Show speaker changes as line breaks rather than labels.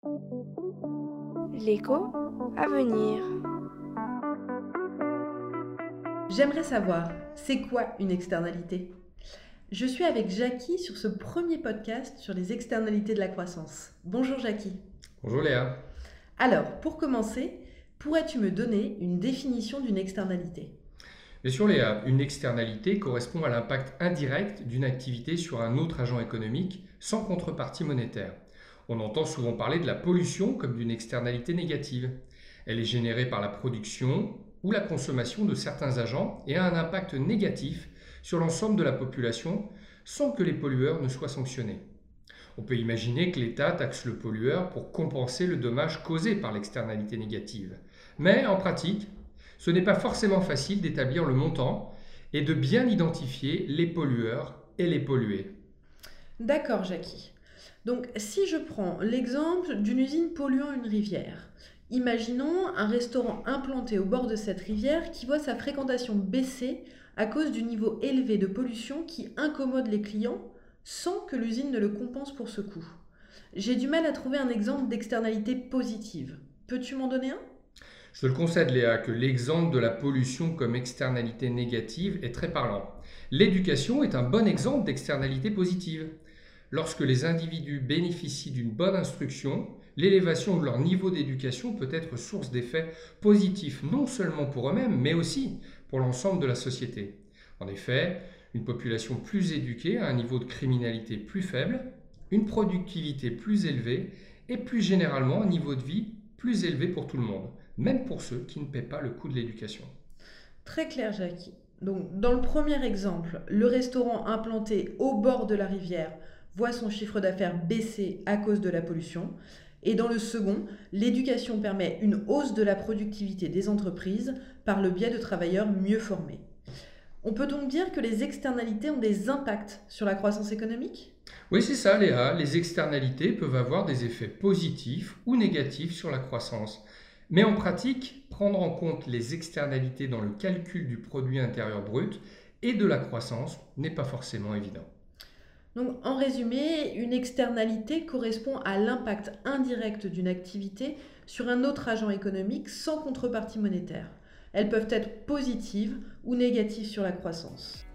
L'écho à venir.
J'aimerais savoir, c'est quoi une externalité? Je suis avec Jackie sur ce premier podcast sur les externalités de la croissance. Bonjour Jackie.
Bonjour Léa.
Alors, pour commencer, pourrais-tu me donner une définition d'une externalité?
Bien sûr Léa, une externalité correspond à l'impact indirect d'une activité sur un autre agent économique sans contrepartie monétaire. On entend souvent parler de la pollution comme d'une externalité négative. Elle est générée par la production ou la consommation de certains agents et a un impact négatif sur l'ensemble de la population sans que les pollueurs ne soient sanctionnés. On peut imaginer que l'État taxe le pollueur pour compenser le dommage causé par l'externalité négative. Mais en pratique, ce n'est pas forcément facile d'établir le montant et de bien identifier les pollueurs et les pollués.
D'accord Jackie. Donc, si je prends l'exemple d'une usine polluant une rivière, imaginons un restaurant implanté au bord de cette rivière qui voit sa fréquentation baisser à cause du niveau élevé de pollution qui incommode les clients sans que l'usine ne le compense pour ce coût. J'ai du mal à trouver un exemple d'externalité positive. Peux-tu m'en donner un?
Je te le concède Léa, que l'exemple de la pollution comme externalité négative est très parlant. L'éducation est un bon exemple d'externalité positive. Lorsque les individus bénéficient d'une bonne instruction, l'élévation de leur niveau d'éducation peut être source d'effets positifs non seulement pour eux-mêmes, mais aussi pour l'ensemble de la société. En effet, une population plus éduquée a un niveau de criminalité plus faible, une productivité plus élevée et plus généralement un niveau de vie plus élevé pour tout le monde, même pour ceux qui ne paient pas le coût de l'éducation.
Très clair, Jackie. Donc, dans le premier exemple, le restaurant implanté au bord de la rivière voit son chiffre d'affaires baisser à cause de la pollution. Et dans le second, l'éducation permet une hausse de la productivité des entreprises par le biais de travailleurs mieux formés. On peut donc dire que les externalités ont des impacts sur la croissance économique?
Oui, c'est ça, Léa. Les externalités peuvent avoir des effets positifs ou négatifs sur la croissance. Mais en pratique, prendre en compte les externalités dans le calcul du produit intérieur brut et de la croissance n'est pas forcément évident.
Donc, en résumé, une externalité correspond à l'impact indirect d'une activité sur un autre agent économique sans contrepartie monétaire. Elles peuvent être positives ou négatives sur la croissance.